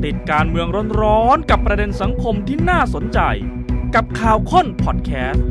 ติดการเมืองร้อนๆกับประเด็นสังคมที่น่าสนใจกับข่าวค้นพอดแคสต์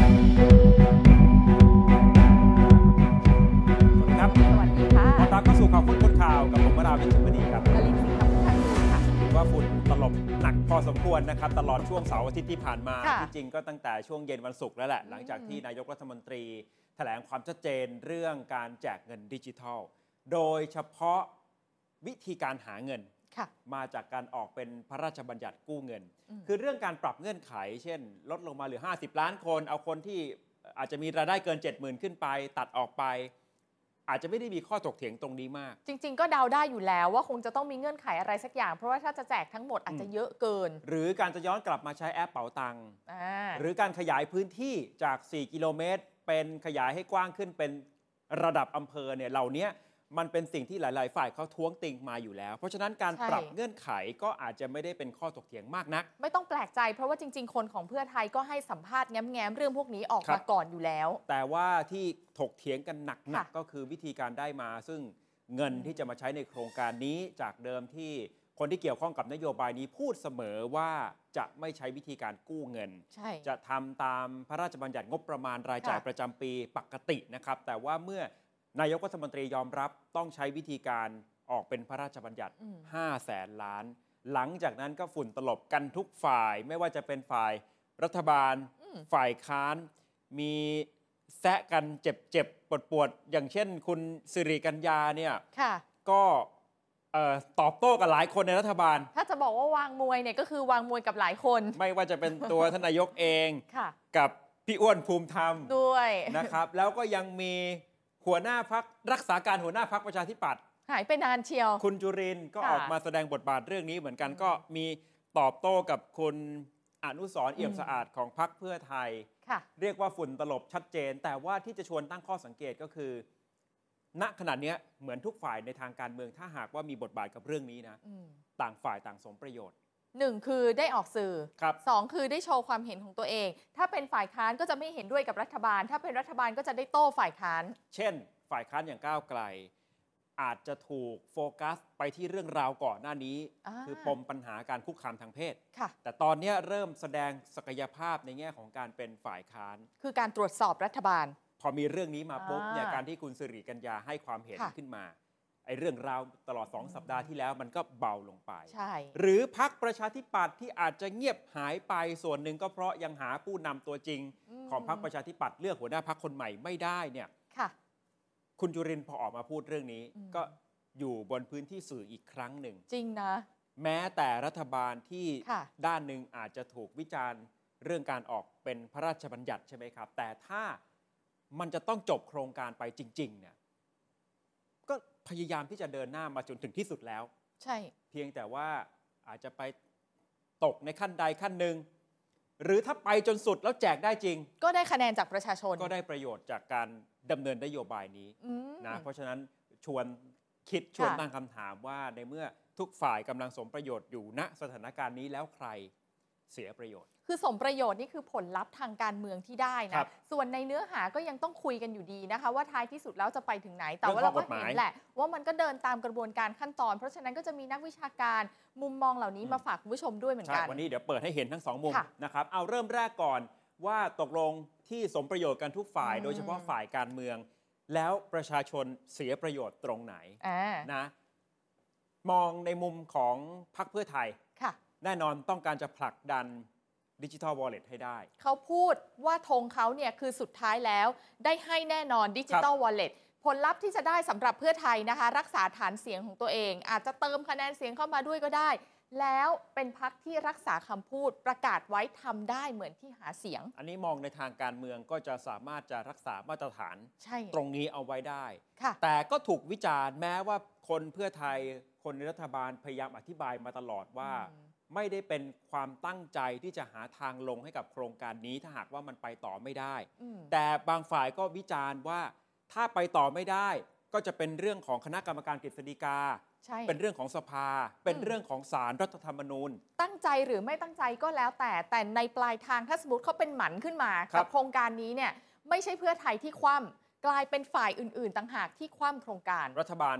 สวัสดีค่ะขอต้อนรับเข้าสู่ข่าวค้นคนข่าวกับผมวราวิทย์ มณีครับอลินทร์ ศรีคำพันธ์ค่ะว่าฝุ่นตลบหนักพอสมควรนะครับตลอดช่วงเสาร์อาทิตย์ที่ผ่านมาที่จริงก็ตั้งแต่ช่วงเย็นวันศุกร์แล้วแหละหลังจากที่นายกรัฐมนตรีแถลงความชัดเจนเรื่องการแจกเงินดิจิทัลโดยเฉพาะวิธีการหาเงินมาจากการออกเป็นพระราชบัญญัติกู้เงินคือเรื่องการปรับเงื่อนไขเช่นลดลงมาเหลือ50ล้านคนเอาคนที่อาจจะมีรายได้เกิน 70,000 ขึ้นไปตัดออกไปอาจจะไม่ได้มีข้อถกเถียงตรงนี้มากจริงๆก็เดาได้อยู่แล้วว่าคงจะต้องมีเงื่อนไขอะไรสักอย่างเพราะว่าถ้าจะแจกทั้งหมดอาจจะเยอะเกินหรือการจะย้อนกลับมาใช้แอปเป๋าตังค์หรือการขยายพื้นที่จาก4 กิโลเมตรเป็นขยายให้กว้างขึ้นเป็นระดับอำเภอเนี่ยเหล่านี้มันเป็นสิ่งที่หลายๆฝ่ายเขาท้วงติงมาอยู่แล้วเพราะฉะนั้นการปรับเงื่อนไขก็อาจจะไม่ได้เป็นข้อถกเถียงมากนักไม่ต้องแปลกใจเพราะว่าจริงๆคนของเพื่อไทยก็ให้สัมภาษณ์แง้มๆเรื่องพวกนี้ออกมาก่อนอยู่แล้วแต่ว่าที่ถกเถียงกันหนักๆก็คือวิธีการได้มาซึ่งเงินที่จะมาใช้ในโครงการนี้จากเดิมที่คนที่เกี่ยวข้องกับนโยบายนี้พูดเสมอว่าจะไม่ใช้วิธีการกู้เงินจะทำตามพระราชบัญญัติงบประมาณรายจ่ายประจำปีปกตินะครับแต่ว่าเมื่อนายกรัฐมนตรียอมรับต้องใช้วิธีการออกเป็นพระราชบัญญัติ500,000 ล้านหลังจากนั้นก็ฝุ่นตลบกันทุกฝ่ายไม่ว่าจะเป็นฝ่ายรัฐบาลฝ่ายค้านมีแซะกันเจ็บปวดอย่างเช่นคุณสิริกัญญาเนี่ยก็ตอบโต้กับหลายคนในรัฐบาลถ้าจะบอกว่าวางมวยเนี่ยก็คือวางมวยกับหลายคนไม่ว่าจะเป็นตัวท่านนายกเองกับพี่อ้วนภูมิธรรมด้วยนะครับแล้วก็ยังมีหัวหน้าพรรครักษาการหัวหน้าพรรคประชาธิปัตย์หายไปนานเชียวคุณจุรินทร์ก็ออกมาแสดงบทบาทเรื่องนี้เหมือนกันก็มีตอบโต้กับคุณอนุสรณ์เอี่ยมสะอาดของพรรคเพื่อไทยเรียกว่าฝุ่นตลบชัดเจนแต่ว่าที่จะชวนตั้งข้อสังเกตก็คือณขณะนี้เหมือนทุกฝ่ายในทางการเมืองถ้าหากว่ามีบทบาทกับเรื่องนี้นะต่างฝ่ายต่างสมประโยชน์ 1คือได้ออกสื่อ2คือได้โชว์ความเห็นของตัวเองถ้าเป็นฝ่ายค้านก็จะไม่เห็นด้วยกับรัฐบาลถ้าเป็นรัฐบาลก็จะได้โต้ฝ่ายค้านเช่นฝ่ายค้านอย่างก้าวไกลอาจจะถูกโฟกัสไปที่เรื่องราวก่อนหน้านี้คือปมปัญหาการคุกคามทางเพศแต่ตอนนี้เริ่มแสดงศักยภาพในแง่ของการเป็นฝ่ายค้านคือการตรวจสอบรัฐบาลพอมีเรื่องนี้มาปุ๊บเนี่ยการที่คุณสิริกัญญาให้ความเห็นขึ้นมาไอ้เรื่องราวตลอด2 สัปดาห์ที่แล้วมันก็เบาลงไปหรือพรรคประชาธิปัตย์ที่อาจจะเงียบหายไปส่วนหนึ่งก็เพราะยังหาผู้นำตัวจริงของพรรคประชาธิปัตย์เลือกหัวหน้าพรรคคนใหม่ไม่ได้เนี่ยคุณจุรินทร์พอออกมาพูดเรื่องนี้ก็อยู่บนพื้นที่สื่ออีกครั้งหนึ่งจริงนะแม้แต่รัฐบาลที่ด้านหนึ่งอาจจะถูกวิจารณ์เรื่องการออกเป็นพระราชบัญญัติใช่ไหมครับแต่ถ้ามันจะต้องจบโครงการไปจริงๆเนี่ยก็พยายามที่จะเดินหน้ามาจนถึงที่สุดแล้วใช่เพียงแต่ว่าอาจจะไปตกในขั้นใดขั้นหนึ่งหรือถ้าไปจนสุดแล้วแจกได้จริงก็ได้คะแนนจากประชาชนก็ได้ประโยชน์จากการดำเนินนโยบายนี้นะเพราะฉะนั้นชวนคิดชวนตั้งคำถามว่าในเมื่อทุกฝ่ายกำลังสมประโยชน์อยู่ณสถานการณ์นี้แล้วใครเสียประโยชน์คือสมประโยชน์นี่คือผลลัพธ์ทางการเมืองที่ได้นะส่วนในเนื้อหาก็ยังต้องคุยกันอยู่ดีนะคะว่าท้ายที่สุดแล้วจะไปถึงไหนแต่ว่าเราก็เห็นแหละว่ามันก็เดินตามกระบวนการขั้นตอนเพราะฉะนั้นก็จะมีนักวิชาการมุมมองเหล่านี้มาฝากคุณผู้ชมด้วยเหมือนกันวันนี้เดี๋ยวเปิดให้เห็นทั้ง2 มุมนะครับเอาเริ่มแรกก่อนว่าตกลงที่สมประโยชน์กันทุกฝ่ายโดยเฉพาะฝ่ายการเมืองแล้วประชาชนเสียประโยชน์ตรงไหนนะมองในมุมของพรรคเพื่อไทยแน่นอนต้องการจะผลักดันDigital Wallet ให้ได้เขาพูดว่าธงเขาเนี่ยคือสุดท้ายแล้วได้ให้แน่นอน Digital Wallet ผลลัพธ์ที่จะได้สำหรับเพื่อไทยนะคะรักษาฐานเสียงของตัวเองอาจจะเติมคะแนนเสียงเข้ามาด้วยก็ได้แล้วเป็นพรรคที่รักษาคำพูดประกาศไว้ทำได้เหมือนที่หาเสียงอันนี้มองในทางการเมืองก็จะสามารถจะรักษามาตรฐานตรงนี้เอาไว้ได้แต่ก็ถูกวิจารณ์แม้ว่าคนเพื่อไทยคนในรัฐบาลพยายามอธิบายมาตลอดว่าไม่ได้เป็นความตั้งใจที่จะหาทางลงให้กับโครงการนี้ถ้าหากว่ามันไปต่อไม่ได้แต่บางฝ่ายก็วิจารณ์ว่าถ้าไปต่อไม่ได้ก็จะเป็นเรื่องของคณะกรรมการกฤษฎีกาเป็นเรื่องของสภาเป็นเรื่องของศาลรัฐธรรมนูญตั้งใจหรือไม่ตั้งใจก็แล้วแต่ในปลายทางถ้าสมมติเขาเป็นหมันขึ้นมากับโครงการนี้เนี่ยไม่ใช่เพื่อไทยที่คว่ำกลายเป็นฝ่ายอื่นๆต่างหากที่คว่ำโครงการรัฐบาล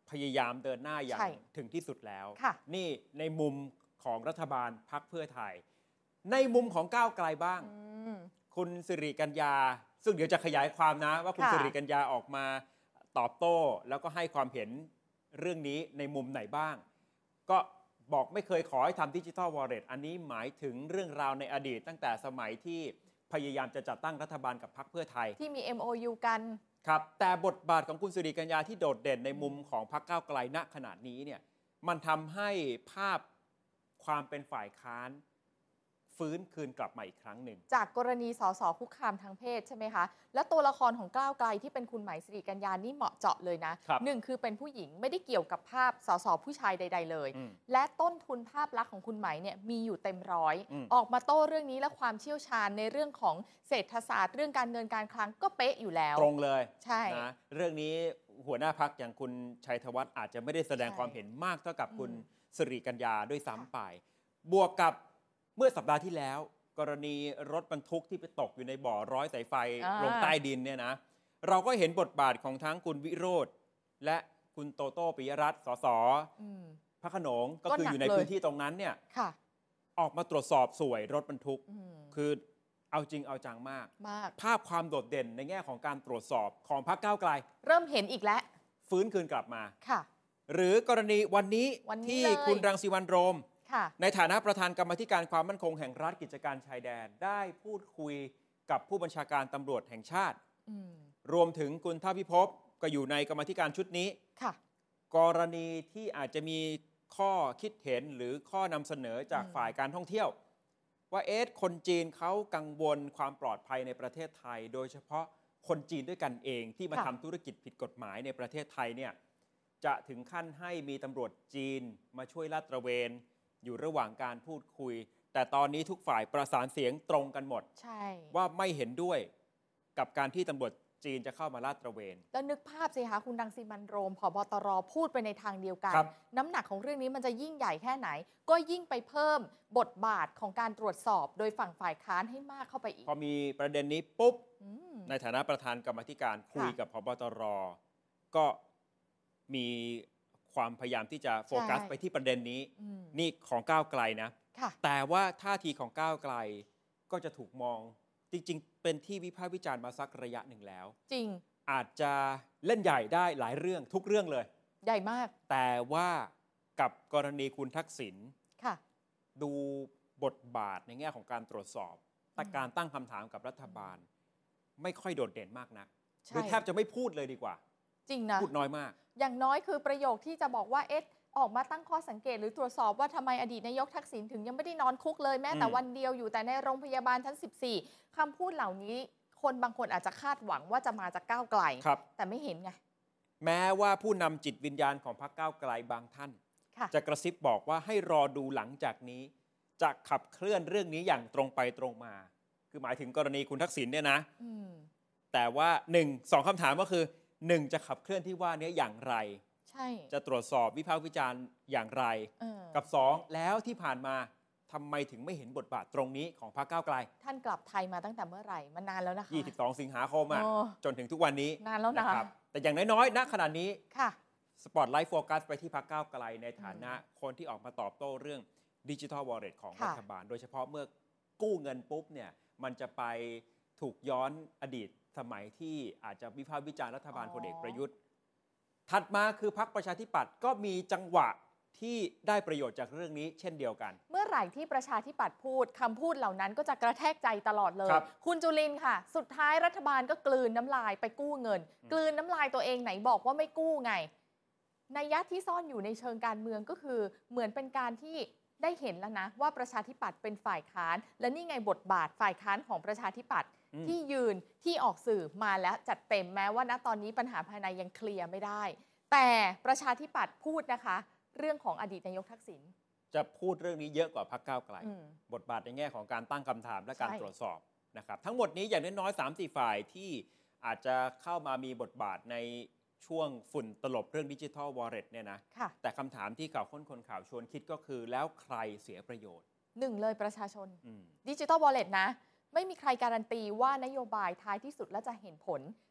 พยายามเดินหน้าอย่างใช่ถึงที่สุดแล้วค่ะนี่ในมุมของรัฐบาลพรรคเพื่อไทย ในมุมของก้าวไกลบ้าง คุณสิริกัญญาซึ่งเดี๋ยวจะขยายความนะว่าคุณค่ะสิริกัญญาออกมาตอบโต้ แล้วก็ให้ความเห็นเรื่องนี้ในมุมไหนบ้าง ก็บอกไม่เคยขอให้ทำดิจิทัลวอลเล็ตอันนี้หมายถึงเรื่องราวในอดีตตั้งแต่สมัยที่พยายามจะจัดตั้งรัฐบาลกับพรรคเพื่อไทยที่มี MOU กันครับแต่บทบาทของคุณสิริกัญญาที่โดดเด่นในมุมของพรรคก้าวไกลณขณะนี้เนี่ยมันทำให้ภาพความเป็นฝ่ายค้านฟื้นคืนกลับมาอีกครั้งหนึ่งจากกรณีสสคุกคามทางเพศใช่ไหมคะ แล้วตัวละครของก้าวไกลที่เป็นคุณไหมสิริกัญญานี่เหมาะเจาะเลยนะครับ หนึ่งคือเป็นผู้หญิงไม่ได้เกี่ยวกับภาพสสผู้ชายใด ๆ เลย และต้นทุนภาพลักษณ์ของคุณไหมเนี่ยมีอยู่เต็มร้อย ออกมาโต้เรื่องนี้และความเชี่ยวชาญในเรื่องของเศรษฐศาสตร์เรื่องการเงินการคลังก็เป๊ะอยู่แล้วตรงเลยใช่นะเรื่องนี้หัวหน้าพักอย่างคุณชัยธวัฒน์อาจจะไม่ได้แสดงความเห็นมากเท่ากับคุณสิริกัญญาด้วยซ้ำไป บวกกับเมื่อสัปดาห์ที่แล้ว กรณีรถบรรทุกที่ไปตกอยู่ในบ่อร้อยสายไฟลงใต้ดินเนี่ยนะเราก็เห็นบทบาทของทั้งคุณวิโรจน์และคุณโตโต้ปิยรัตน์สสพระโขนงก็คืออยู่ในพื้นที่ตรงนั้นเนี่ยออกมาตรวจสอบสวยรถบรรทุกคือเอาจริงเอาจังมากภาพความโดดเด่นในแง่ของการตรวจสอบของพรรคก้าวไกลเริ่มเห็นอีกแล้วฟื้นคืนกลับมาค่ะหรือกรณีวันนี้ที่คุณรังสิมันต์โรมในฐานะประธานกรรมาธิการความมั่นคงแห่งรัฐกิจการชายแดนได้พูดคุยกับผู้บัญชาการตำรวจแห่งชาติรวมถึงคุณท่าพิภพก็อยู่ในกรรมาธิการชุดนี้กรณีที่อาจจะมีข้อคิดเห็นหรือข้อนำเสนอจากฝ่ายการท่องเที่ยวว่าคนจีนเขากังวลความปลอดภัยในประเทศไทยโดยเฉพาะคนจีนด้วยกันเองที่มาทำธุรกิจผิดกฎหมายในประเทศไทยเนี่ยจะถึงขั้นให้มีตำรวจจีนมาช่วยลาดตระเวนอยู่ระหว่างการพูดคุยแต่ตอนนี้ทุกฝ่ายประสานเสียงตรงกันหมดว่าไม่เห็นด้วยกับการที่ตำรวจจีนจะเข้ามาลาดตระเวนแล้วนึกภาพสิคะคุณรังสิมันต์โรมผบ.ตร.พูดไปในทางเดียวกันน้ำหนักของเรื่องนี้มันจะยิ่งใหญ่แค่ไหนก็ยิ่งไปเพิ่มบทบาทของการตรวจสอบโดยฝั่งฝ่ายค้านให้มากเข้าไปอีกพอมีประเด็นนี้ปุ๊บในฐานะประธานกรรมาธิการคุยกับผบ.ตร.ก็มีความพยายามที่จะโฟกัสไปที่ประเด็นนี้นี่ของก้าวไกลนะแต่ว่าท่าทีของก้าวไกลก็จะถูกมองจริงๆเป็นที่วิพากษ์วิจารณ์มาสักระยะหนึ่งแล้วจริงอาจจะเล่นใหญ่ได้หลายเรื่องทุกเรื่องเลยใหญ่มากแต่ว่ากับกรณีคุณทักษิณดูบทบาทในแง่ของการตรวจสอบแต่การตั้งคำถามกับรัฐบาลไม่ค่อยโดดเด่นมากนักหรือแทบจะไม่พูดเลยดีกว่าจริงนะพูดน้อยมากอย่างน้อยคือประโยคที่จะบอกว่าออกมาตั้งข้อสังเกตหรือตรวจสอบว่าทำไมอดีตนายกทักษิณถึงยังไม่ได้นอนคุกเลยแม้แต่วันเดียวอยู่แต่ในโรงพยาบาลชั้น14คำพูดเหล่านี้คนบางคนอาจจะคาดหวังว่าจะมาจากก้าวไกลแต่ไม่เห็นไงแม้ว่าผู้นำจิตวิญญาณของพรรคก้าวไกลบางท่านจะกระซิบบอกว่าให้รอดูหลังจากนี้จะขับเคลื่อนเรื่องนี้อย่างตรงไปตรงมาคือหมายถึงกรณีคุณทักษิณเนี่ยนะแต่ว่า2คำถามก็คือ1จะขับเคลื่อนที่ว่านี้อย่างไรจะตรวจสอบวิพากษ์วิจารณ์อย่างไรกับ2แล้วที่ผ่านมาทำไมถึงไม่เห็นบทบาทตรงนี้ของพรรคก้าวไกลท่านกลับไทยมาตั้งแต่เมื่อไหร่มันนานแล้วนะคะ 22 สิงหาคมจนถึงทุกวันนี้นานแล้วนะครับแต่อย่างน้อยๆณขณะนี้สปอตไลท์โฟกัสไปที่พรรคก้าวไกลในฐานะคนที่ออกมาตอบโต้เรื่องดิจิทัลวอลเล็ตของรัฐบาลโดยเฉพาะเมื่อกู้เงินปุ๊บเนี่ยมันจะไปถูกย้อนอดีตสมัยที่อาจจะวิพากษ์วิจารณ์รัฐบาลพลเอกประยุทธ์ถัดมาคือพรรคประชาธิปัตย์ก็มีจังหวะที่ได้ประโยชน์จากเรื่องนี้เช่นเดียวกันเมื่อไหร่ที่ประชาธิปัตย์พูดคำพูดเหล่านั้นก็จะกระแทกใจตลอดเลยคุณจุลินทร์ค่ะสุดท้ายรัฐบาลก็กลืนน้ำลายไปกู้เงินกลืนน้ำลายตัวเองไหนบอกว่าไม่กู้ไงนัยยะที่ซ่อนอยู่ในเชิงการเมืองก็คือเหมือนเป็นการที่ได้เห็นแล้วนะว่าประชาธิปัตย์เป็นฝ่ายค้านและนี่ไงบทบาทฝ่ายค้านของประชาธิปัตย์ที่ยืนที่ออกสื่อมาแล้วจัดเต็มแม้ว่าณตอนนี้ปัญหาภายในยังเคลียร์ไม่ได้แต่ประชาธิปัตย์พูดนะคะเรื่องของอดีตนายกทักษิณจะพูดเรื่องนี้เยอะกว่าพรรคก้าวไกลบทบาทในแง่ของการตั้งคำถามและการตรวจสอบนะครับทั้งหมดนี้อย่างน้อยๆ 3-4 ฝ่ายที่อาจจะเข้ามามีบทบาทในช่วงฝุ่นตลบเรื่องดิจิทัลวอลเล็ตเนี่ยนะแต่คำถามที่ข่าวค้นคนข่าวชวนคิดก็คือแล้วใครเสียประโยชน์ 1เลยประชาชนดิจิทัลวอลเล็ตนะไม่มีใครการันตีว่านโยบายท้ายที่สุดแล้วจะเห็นผล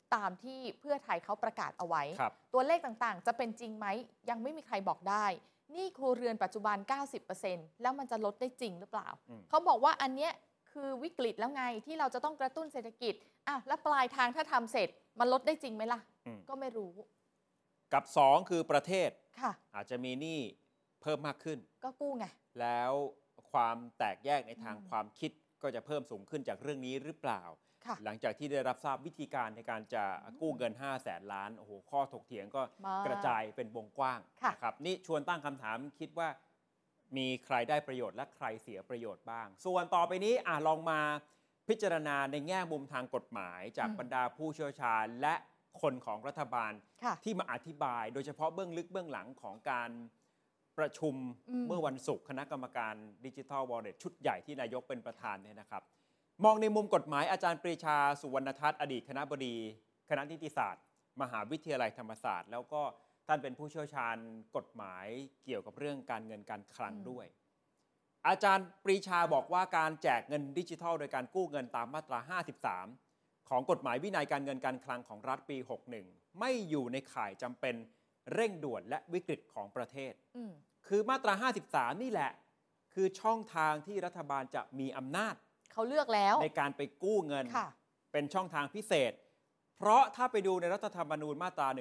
ตามที่เพื่อไทยเขาประกาศเอาไว้ครับตัวเลขต่างๆ จะเป็นจริงไหมยังไม่มีใครบอกได้หนี้ครัวเรือนปัจจุบัน 90% แล้วมันจะลดได้จริงหรือเปล่าเขาบอกว่าอันเนี้ยคือวิกฤตแล้วไงที่เราจะต้องกระตุ้นเศรษฐกิจอ้าวแล้วปลายทางถ้าทำเสร็จมันลดได้จริงไหมล่ะก็ไม่รู้กับ2คือประเทศค่ะอาจจะมีหนี้เพิ่มมากขึ้นก็กู้ไงแล้วความแตกแยกในทางความคิดก็จะเพิ่มสูงขึ้นจากเรื่องนี้หรือเปล่าหลังจากที่ได้รับทราบวิธีการในการจะกู้เงิน500,000 ล้านโอ้โหข้อถกเถียงก็กระจายเป็นวงกว้างนะครับนี่ชวนตั้งคำถามคิดว่ามีใครได้ประโยชน์และใครเสียประโยชน์บ้างส่วนต่อไปนี้ลองมาพิจารณาในแง่มุมทางกฎหมายจากบรรดาผู้เชี่ยวชาญและคนของรัฐบาลที่มาอธิบายโดยเฉพาะเบื้องลึกเบื้องหลังของการประชุมเมื่อวันศุกร์คณะกรรมการ Digital Wallet ชุดใหญ่ที่นายกเป็นประธานเนี่ยนะครับมองในมุมกฎหมายอาจารย์ปรีชาสุวรรณทัศน์อดีตคณบดีคณะนิติศาสตร์มหาวิทยาลัยธรรมศาสตร์แล้วก็ท่านเป็นผู้เชี่ยวชาญกฎหมายเกี่ยวกับเรื่องการเงินการคลังด้วยอาจารย์ปรีชาบอกว่าการแจกเงินดิจิทัลโดยการกู้เงินตามมาตรา53ของกฎหมายวินัยการเงินการคลังของรัฐปี61ไม่อยู่ในข่ายจำเป็นเร่งด่วนและวิกฤตของประเทศคือมาตรา53นี่แหละคือช่องทางที่รัฐบาลจะมีอำนาจเขาเลือกแล้วในการไปกู้เงินเป็นช่องทางพิเศษเพราะถ้าไปดูในรัฐธรรมนูญมาตรา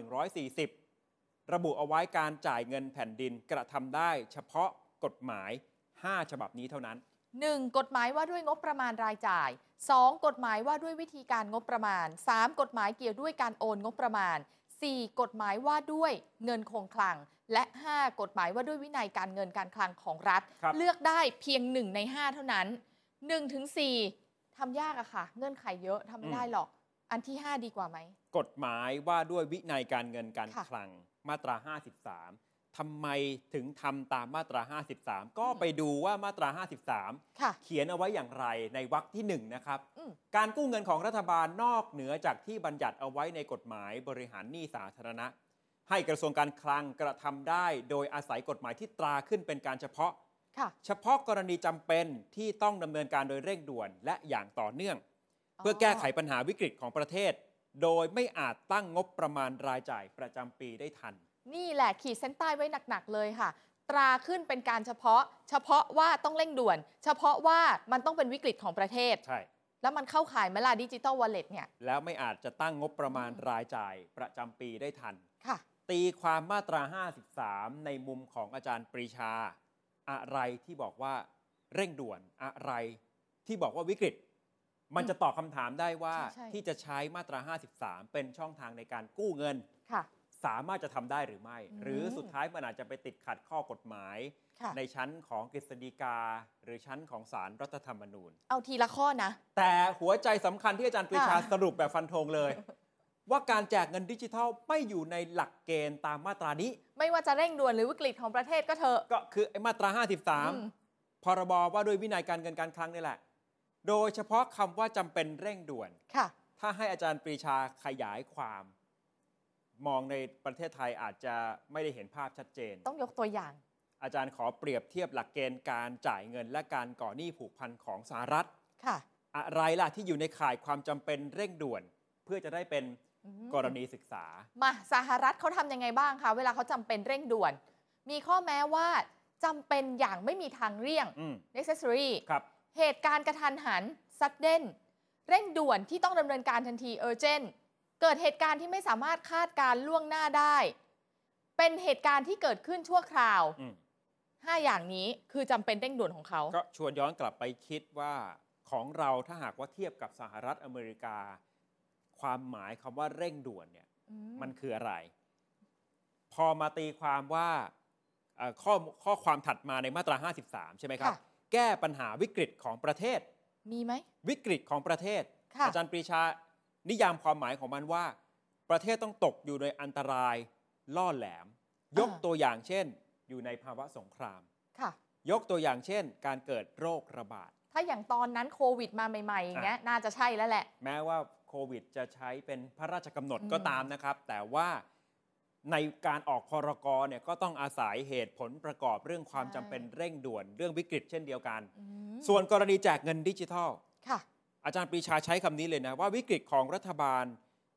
140ระบุเอาไว้การจ่ายเงินแผ่นดินกระทำได้เฉพาะกฎหมาย5ฉบับนี้เท่านั้น 1. กฎหมายว่าด้วยงบประมาณรายจ่าย 2. กฎหมายว่าด้วยวิธีการงบประมาณ 3. กฎหมายเกี่ยวด้วยการโอนงบประมาณ 4. กฎหมายว่าด้วยเงินคงคลังและ 5. กฎหมายว่าด้วยวินัยการเงินการคลังของรัฐเลือกได้เพียง1ใน5เท่านั้น1 ถึง 4ทำยากอะค่ะเงื่อนไขเยอะทำไม่ได้หรอกอันที่5ดีกว่าไหมกฎหมายว่าด้วยวินัยการเงินการคลังมาตรา53ทำไมถึงทำตามมาตรา53ก็ไปดูว่ามาตรา53เขียนเอาไว้อย่างไรในวรรคที่1นะครับการกู้เงินของรัฐบาลนอกเหนือจากที่บัญญัติเอาไว้ในกฎหมายบริหารหนี้สาธารณะให้กระทรวงการคลังกระทำได้โดยอาศัยกฎหมายที่ตราขึ้นเป็นการเฉพาะกรณีจำเป็นที่ต้องดำเนินการโดยเร่งด่วนและอย่างต่อเนื่องเพื่อแก้ไขปัญหาวิกฤตของประเทศโดยไม่อาจตั้งงบประมาณรายจ่ายประจำปีได้ทันนี่แหละขีดเส้นใต้ไว้หนักๆเลยค่ะตราขึ้นเป็นการเฉพาะว่าต้องเร่งด่วนเฉพาะว่ามันต้องเป็นวิกฤตของประเทศใช่แล้วมันเข้าข่ายไหมล่ะดิจิตอลวอลเล็ตเนี่ยแล้วไม่อาจจะตั้งงบประมาณรายจ่ายประจำปีได้ทันค่ะตีความมาตรา53ในมุมของอาจารย์ปรีชาอะไรที่บอกว่าเร่งด่วนอะไรที่บอกว่าวิกฤตมันจะตอบคำถามได้ว่าที่จะใช้มาตรา53เป็นช่องทางในการกู้เงินสามารถจะทำได้หรือไม่หรือสุดท้ายมันอาจจะไปติดขัดข้อกฎหมายในชั้นของกฤษฎีกาหรือชั้นของศาลรัฐธรรมนูญเอาทีละข้อนะแต่หัวใจสำคัญที่อาจารย์ปรีชาสรุปแบบฟันธงเลยว่าการแจกเงินดิจิทัลไม่อยู่ในหลักเกณฑ์ตามมาตรานี้ไม่ว่าจะเร่งด่วนหรือวิกฤตของประเทศก็เถอะก็คือมาตรา53พรบว่าด้วยวินัยการเงินการคลังนี่แหละโดยเฉพาะคำว่าจำเป็นเร่งด่วนถ้าให้อาจารย์ปรีชาขยายความมองในประเทศไทยอาจจะไม่ได้เห็นภาพชัดเจนต้องยกตัวอย่างอาจารย์ขอเปรียบเทียบหลักเกณฑ์การจ่ายเงินและการก่อหนี้ผูกพันของสหรัฐอะไรล่ะที่อยู่ในข่ายความจำเป็นเร่งด่วนเพื่อจะได้เป็นกรณีศึกษามาสหรัฐเขาทำยังไงบ้างคะเวลาเขาจำเป็นเร่งด่วนมีข้อแม้ว่าจำเป็นอย่างไม่มีทางเลี่ยง necessary เหตุการณ์กระทันหัน sudden เร่งด่วนที่ต้องดำเนินการทันที urgent เกิดเหตุการณ์ที่ไม่สามารถคาดการล่วงหน้าได้เป็นเหตุการณ์ที่เกิดขึ้นชั่วคราว5อย่างนี้คือจำเป็นเร่งด่วนของเขาก็ชวนย้อนกลับไปคิดว่าของเราถ้าหากว่าเทียบกับสหรัฐอเมริกาความหมายคำว่าเร่งด่วนเนี่ยมันคืออะไรพอมาตีความว่าข้อความถัดมาในมาตรา53ใช่ไหมครับแก้ปัญหาวิกฤตของประเทศมีไหมวิกฤตของประเทศอาจารย์ปรีชานิยามความหมายของมันว่าประเทศต้องตกอยู่ในอันตรายล่อแหลมยกตัวอย่างเช่นอยู่ในภาวะสงครามยกตัวอย่างเช่นการเกิดโรคระบาดถ้าอย่างตอนนั้นโควิดมาใหม่ๆอย่างเงี้ยน่าจะใช่แล้วแหละแม้ว่าโควิดจะใช้เป็นพระราชกำหนดก็ตามนะครับแต่ว่าในการออกพรก.เนี่ยก็ต้องอาศัยเหตุผลประกอบเรื่องความจำเป็นเร่งด่วนเรื่องวิกฤตเช่นเดียวกันส่วนกรณีแจกเงินดิจิทัลอาจารย์ปรีชาใช้คำนี้เลยนะว่าวิกฤตของรัฐบาล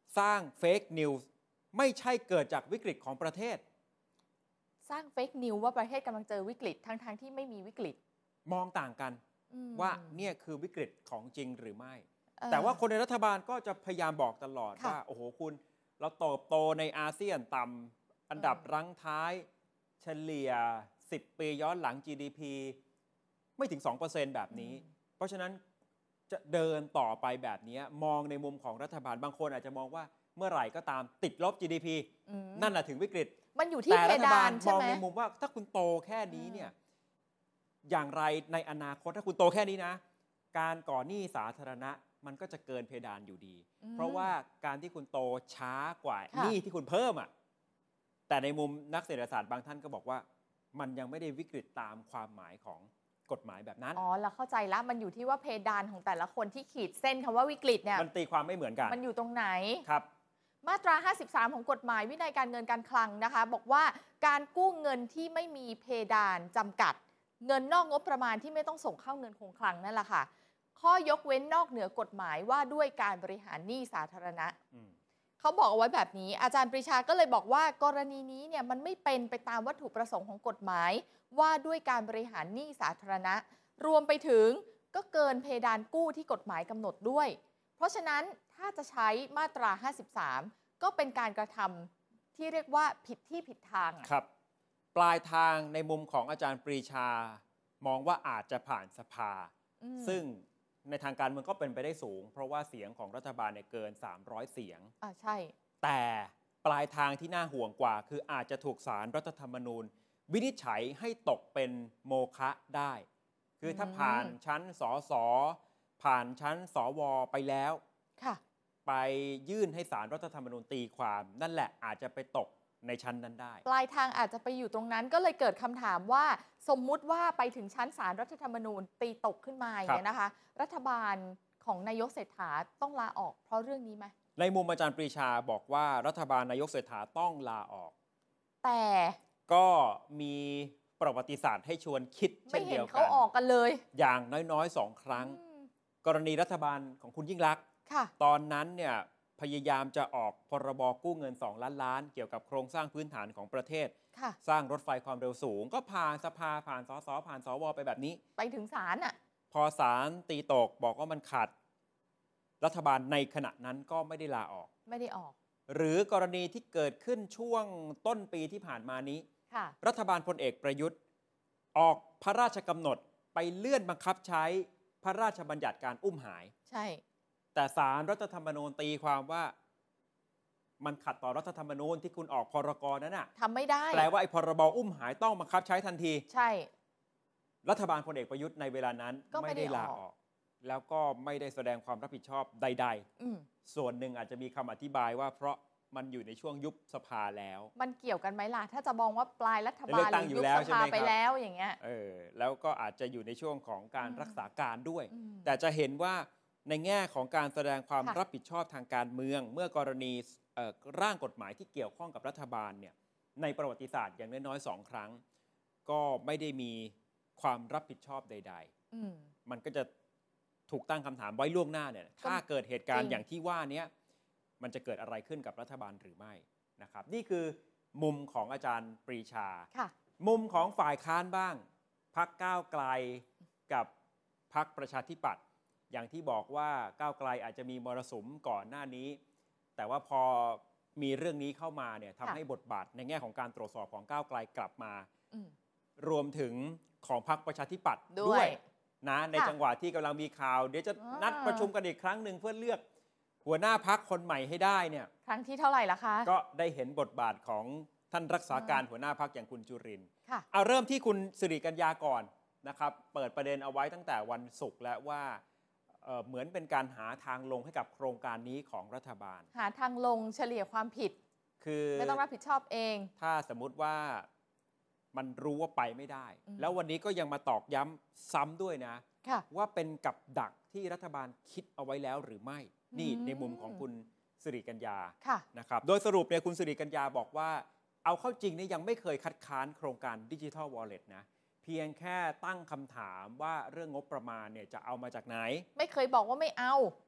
สร้างเฟกนิวส์ไม่ใช่เกิดจากวิกฤตของประเทศสร้างเฟกนิวว่าประเทศกำลังเจอวิกฤตทั้งที่ไม่มีวิกฤตมองต่างกันว่าเนี่ยคือวิกฤตของจริงหรือไม่แต่ว่าคนในรัฐบาลก็จะพยายามบอกตลอดว่าโอ้โหคุณเราเติบโตในอาเซียนต่ำอันดับรั้งท้ายเฉลี่ย10 ปีย้อนหลัง GDP ไม่ถึง 2% แบบนี้เพราะฉะนั้นจะเดินต่อไปแบบนี้มองในมุมของรัฐบาลบางคนอาจจะมองว่าเมื่อไหร่ก็ตามติดลบ GDP นั่นแหละถึงวิกฤตมันอยู่ที่เพดานใช่ไหมมองในมุมว่าถ้าคุณโตแค่นี้เนี่ยอย่างไรในอนาคตถ้าคุณโตแค่นี้นะการก่อหนี้สาธารณะมันก็จะเกินเพดานอยู่ดีเพราะว่าการที่คุณโตช้ากว่าหนี้ที่คุณเพิ่มแต่ในมุมนักเศรษฐศาสตร์บางท่านก็บอกว่ามันยังไม่ได้วิกฤตตามความหมายของกฎหมายแบบนั้นเราเข้าใจแล้วมันอยู่ที่ว่าเพดานของแต่ละคนที่ขีดเส้นคำว่าวิกฤตเนี่ยมันตีความไม่เหมือนกันมันอยู่ตรงไหนครับมาตรา 53 ของกฎหมายวินัยการเงินการคลังนะคะบอกว่าการกู้เงินที่ไม่มีเพดานจำกัดเงินนอกงบประมาณที่ไม่ต้องส่งเข้าเงินคงคลังนั่นแหละค่ะข้อยกเว้นนอกเหนือกฎหมายว่าด้วยการบริหารหนี้สาธารณะเขาบอกเอาไว้แบบนี้อาจารย์ปรีชาก็เลยบอกว่ากรณีนี้เนี่ยมันไม่เป็นไปตามวัตถุประสงค์ของกฎหมายว่าด้วยการบริหารหนี้สาธารณะรวมไปถึงก็เกินเพดานกู้ที่กฎหมายกำหนดด้วยเพราะฉะนั้นถ้าจะใช้มาตรา 53 ก็เป็นการกระทำที่เรียกว่าผิดที่ผิดทางครับปลายทางในมุมของอาจารย์ปรีชามองว่าอาจจะผ่านสภาซึ่งในทางการเมืองก็เป็นไปได้สูงเพราะว่าเสียงของรัฐบาลเนี่ยเกิน300เสียงใช่แต่ปลายทางที่น่าห่วงกว่าคืออาจจะถูกศาลรัฐธรรมนูญวินิจฉัยให้ตกเป็นโมฆะได้คือถ้าผ่านชั้นสสผ่านชั้นสวไปแล้วไปยื่นให้ศาลรัฐธรรมนูญตีความนั่นแหละอาจจะไปตกในชั้นนั้นได้ปลายทางอาจจะไปอยู่ตรงนั้นก็เลยเกิดคำถามว่าสมมุติว่าไปถึงชั้นศาลรัฐธรรมนูญตีตกขึ้นมาเนี่ยนะคะรัฐบาลของนายกเศรษฐาต้องลาออกเพราะเรื่องนี้ไหมในมุมอาจารย์ปรีชาบอกว่ารัฐบาลนายกเศรษฐาต้องลาออกแต่ก็มีประวัติศาสตร์ให้ชวนคิดเช่นเดียวกันไม่เห็นเขาออกกันเลยอย่างน้อยๆ2 ครั้งกรณีรัฐบาลของคุณยิ่งลักษณ์ตอนนั้นเนี่ยพยายามจะออกพรบกู้เงิน2 ล้านล้านเกี่ยวกับโครงสร้างพื้นฐานของประเทศสร้างรถไฟความเร็วสูงก็ผ่านสภาผ่านสสผ่านสวไปแบบนี้ไปถึงศาลพอศาลตีตกบอกว่ามันขัดรัฐบาลในขณะนั้นก็ไม่ได้ลาออกหรือกรณีที่เกิดขึ้นช่วงต้นปีที่ผ่านมานี้รัฐบาลพลเอกประยุทธ์ออกพระราชกำหนดไปเลื่อนบังคับใช้พระราชบัญญัติการอุ้มหายใช่แต่ศาลรัฐธรรมนูญตีความว่ามันขัดต่อรัฐธรรมนูญที่คุณออกพรกนั้นทำไม่ได้แปลว่าไอ้พรบอุ้มหายต้องบังคับใช้ทันทีใช่รัฐบาลพลเอกประยุทธ์ในเวลานั้นไม่ได้ลาออกแล้วก็ไม่ได้แสดงความรับผิดชอบใดๆส่วนหนึ่งอาจจะมีคำอธิบายว่าเพราะมันอยู่ในช่วงยุบสภาแล้วมันเกี่ยวกันไหมล่ะถ้าจะมองว่าปลายรัฐบาลหรือยุบสภาไปแล้วอย่างเงี้ยแล้วก็อาจจะอยู่ในช่วงของการรักษาการด้วยแต่จะเห็นว่าในแง่ของการแสดงความรับผิดชอบทางการเมืองเมื่อกรณีร่างกฎหมายที่เกี่ยวข้องกับรัฐบาลเนี่ยในประวัติศาสตร์อย่างน้อยๆ2 ครั้งก็ไม่ได้มีความรับผิดชอบใดๆมันก็จะถูกตั้งคำถามไว้ล่วงหน้าเนี่ยถ้าเกิดเหตุการณ์อย่างที่ว่านี้มันจะเกิดอะไรขึ้นกับรัฐบาลหรือไม่นะครับนี่คือมุมของอาจารย์ปรีชามุมของฝ่ายค้านบ้างพรรคก้าวไกลกับพรรคประชาธิปัตย์อย่างที่บอกว่าก้าวไกลอาจจะมีมรสุมก่อนหน้านี้แต่ว่าพอมีเรื่องนี้เข้ามาเนี่ยทำให้บทบาทในแง่ของการตรวจสอบของก้าวไกลกลับมารวมถึงของพรรคประชาธิปัตย์ด้วยนะในจังหวะที่กำลังมีข่าวเดี๋ยวจะนัดประชุมกันอีกครั้งหนึ่งเพื่อเลือกหัวหน้าพรรคคนใหม่ให้ได้เนี่ยครั้งที่เท่าไหร่ละคะก็ได้เห็นบทบาทของท่านรักษาการหัวหน้าพรรคอย่างคุณจุรินทร์เอาเริ่มที่คุณสิริกัญญาก่อนนะครับเปิดประเด็นเอาไว้ตั้งแต่วันศุกร์แล้วว่าเหมือนเป็นการหาทางลงให้กับโครงการนี้ของรัฐบาลหาทางลงเฉลี่ยความผิดคือไม่ต้องรับผิดชอบเองถ้าสมมุติว่ามันรู้ว่าไปไม่ได้แล้ววันนี้ก็ยังมาตอกย้ำซ้ำด้วยนะว่าเป็นกับดักที่รัฐบาลคิดเอาไว้แล้วหรือไม่นี่ในมุมของคุณสิริกัญญานะครับโดยสรุปเนี่ยคุณสิริกัญญาบอกว่าเอาเข้าจริงเนี่ยยังไม่เคยคัดค้านโครงการ Digital Wallet นะเพียงแค่ตั้งคำถามว่าเรื่องงบประมาณเนี่ยจะเอามาจากไหนไม่เคยบอกว่าไม่เอา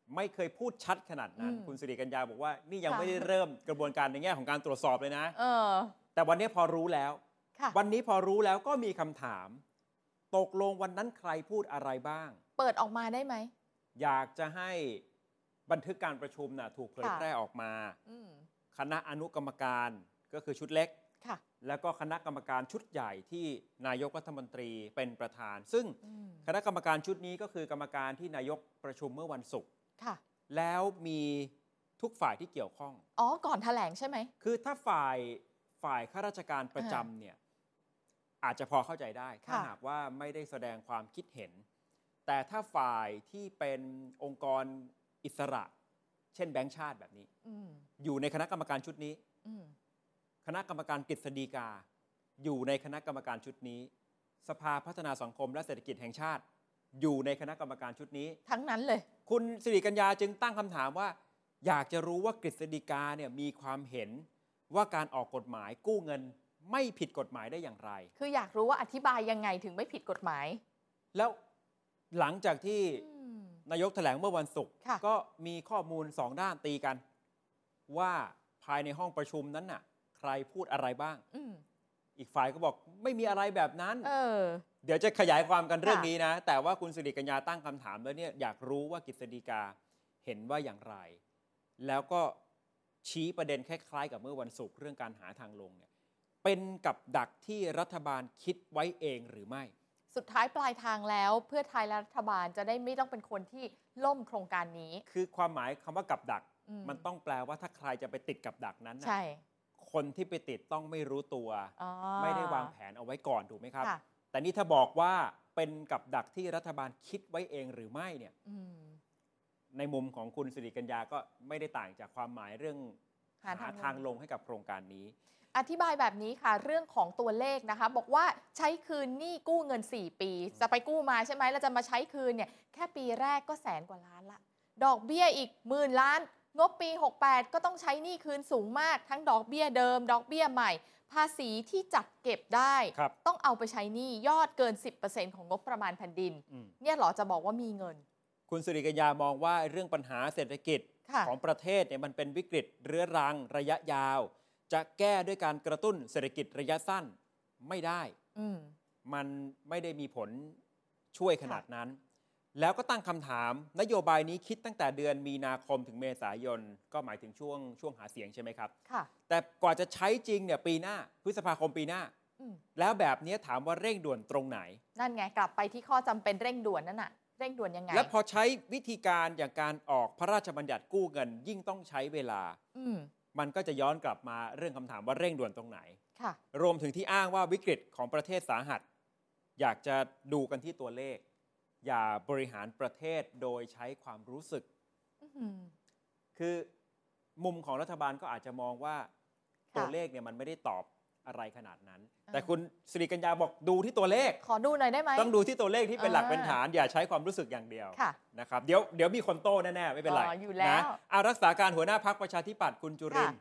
ไม่เคยพูดชัดขนาดนั้นอืมคุณสิริกัญญาบอกว่านี่ยังค่ะไม่ได้เริ่มกระบวนการในแง่ของการตรวจสอบเลยนะเออแต่วันนี้พอรู้แล้วค่ะวันนี้พอรู้แล้วก็มีคำถาม ตกลงวันนั้นใครพูดอะไรบ้างเปิดออกมาได้ไหมอยากจะให้บันทึกการประชุมน่ะถูกเผยค่ะแพร่ออกมาอืมคณะอนุกรรมการก็คือชุดเล็กค่ะแล้วก็คณะกรรมการชุดใหญ่ที่นายกรัฐมนตรีเป็นประธาน ซึ่งอืมคณะกรรมการชุดนี้ก็คือกรรมการที่นายกประชุมเมื่อวันศุกร์ค่ะแล้วมีทุกฝ่ายที่เกี่ยวข้องอ๋อ ก่อนแถลงใช่ไหมคือถ้าฝ่ายข้าราชการประจำเนี่ยอาจจะพอเข้าใจได้ ถ้าค่ะหากว่าไม่ได้แสดงความคิดเห็น แต่ถ้าฝ่ายที่เป็นองค์กรอิสระ เช่นแบงก์ชาติแบบนี้อืมอยู่ในคณะกรรมการชุดนี้อืมคณะกรรมการกฤษฎีกา อยู่ในคณะกรรมการชุดนี้ สภาพัฒนาสังคมและเศรษฐกิจแห่งชาติ อยู่ในคณะกรรมการชุดนี้ทั้งนั้นเลยคุณสิริกัญญาจึงตั้งคำถามว่า อยากจะรู้ว่ากฤษฎีกาเนี่ยมีความเห็นว่าการออกกฎหมายกู้เงินไม่ผิดกฎหมายได้อย่างไรคืออยากรู้ว่าอธิบายยังไงถึงไม่ผิดกฎหมายแล้วหลังจากที่อืมนายกแถลงเมื่อวันศุกร์ค่ะก็มีข้อมูลสองด้านตีกัน ว่าภายในห้องประชุมนั้นน่ะใครพูดอะไรบ้างอืมอีกฝ่ายก็บอกไม่มีอะไรแบบนั้นเออเดี๋ยวจะขยายความกันเรื่องนี้นะ แต่ว่าคุณสิริกัญญาตั้งคำถามแล้วเนี่ยอยากรู้ว่ากฤษฎีกาเห็นว่าอย่างไร แล้วก็ชี้ประเด็นคล้ายๆกับเมื่อวันศุกร์เรื่องการหาทางลงเนี่ยเป็นกับดักที่รัฐบาลคิดไว้เองหรือไม่สุดท้ายปลายทางแล้วเพื่อไทยและรัฐบาลจะได้ไม่ต้องเป็นคนที่ล่มโครงการนี้คือความหมายคำว่ากับดักอืมมันต้องแปลว่าถ้าใครจะไปติดกับดักนั้นน่ะใช่คนที่ไปติดต้องไม่รู้ตัวอ๋อไม่ได้วางแผนเอาไว้ก่อนถูกไหมครับค่ะแต่นี่ถ้าบอกว่าเป็นกับดักที่รัฐบาลคิดไว้เองหรือไม่เนี่ยอืมในมุมของคุณสิริกัญญาก็ไม่ได้ต่างจากความหมายเรื่องหาหาทางลงทางลงให้กับโครงการนี้อธิบายแบบนี้ค่ะ เรื่องของตัวเลขนะคะ บอกว่าใช้คืนหนี้กู้เงิน 4 ปี จะไปกู้มาใช่ไหมแล้วจะมาใช้คืนเนี่ยแค่ปีแรกก็100,000 กว่าล้านละ ดอกเบี้ยอีก10,000 ล้าน งบปี 68 ก็ต้องใช้หนี้คืนสูงมาก ทั้งดอกเบี้ยเดิม ดอกเบี้ยใหม่ ภาษีที่จัดเก็บได้ครับต้องเอาไปใช้หนี้ยอดเกิน 10% ของงบประมาณแผ่นดิน เนี่ยเหรอจะบอกว่ามีเงินคุณสิริกัญญามองว่าเรื่องปัญหาเศรษฐกิจค่ะของประเทศเนี่ยมันเป็นวิกฤตเรื้อรังระยะยาว จะแก้ด้วยการกระตุ้นเศรษฐกิจระยะสั้นไม่ได้อืมมันไม่ได้มีผลช่วยขนาดนั้น แล้วก็ตั้งคำถามนโยบายนี้คิดตั้งแต่เดือนมีนาคมถึงเมษายน ก็หมายถึงช่วงหาเสียงใช่ไหมครับค่ะแต่กว่าจะใช้จริงเนี่ยปีหน้าพฤษภาคมปีหน้าอืมแล้วแบบนี้ถามว่าเร่งด่วนตรงไหนนั่นไงกลับไปที่ข้อจำเป็นเร่งด่วนนั่นน่ะ เร่งด่วนยังไงและพอใช้วิธีการอย่างการออกพระราชบัญญัติกู้เงิน ยิ่งต้องใช้เวลาอืมมันก็จะย้อนกลับมาเรื่องคำถามว่าเร่งด่วนตรงไหนค่ะรวมถึงที่อ้างว่าวิกฤตของประเทศสาหัส อยากจะดูกันที่ตัวเลข อย่าบริหารประเทศโดยใช้ความรู้สึกอืมคือมุมของรัฐบาลก็อาจจะมองว่าค่ะตัวเลขเนี่ยมันไม่ได้ตอบอะไรขนาดนั้นอ่าแต่คุณสิริกัญญาบอกดูที่ตัวเลขขอดูหน่อยได้ไหมต้องดูที่ตัวเลขที่เป็นหลักอ่าเป็นฐาน อย่าใช้ความรู้สึกอย่างเดียวค่ะนะครับเดี๋ยวมีคนโต้แน่ๆไม่เป็นไรอ๋ออยู่แล้วนะเอารักษาการหัวหน้าพรรคประชาธิปัตย์คุณจุรินทร์ค่ะ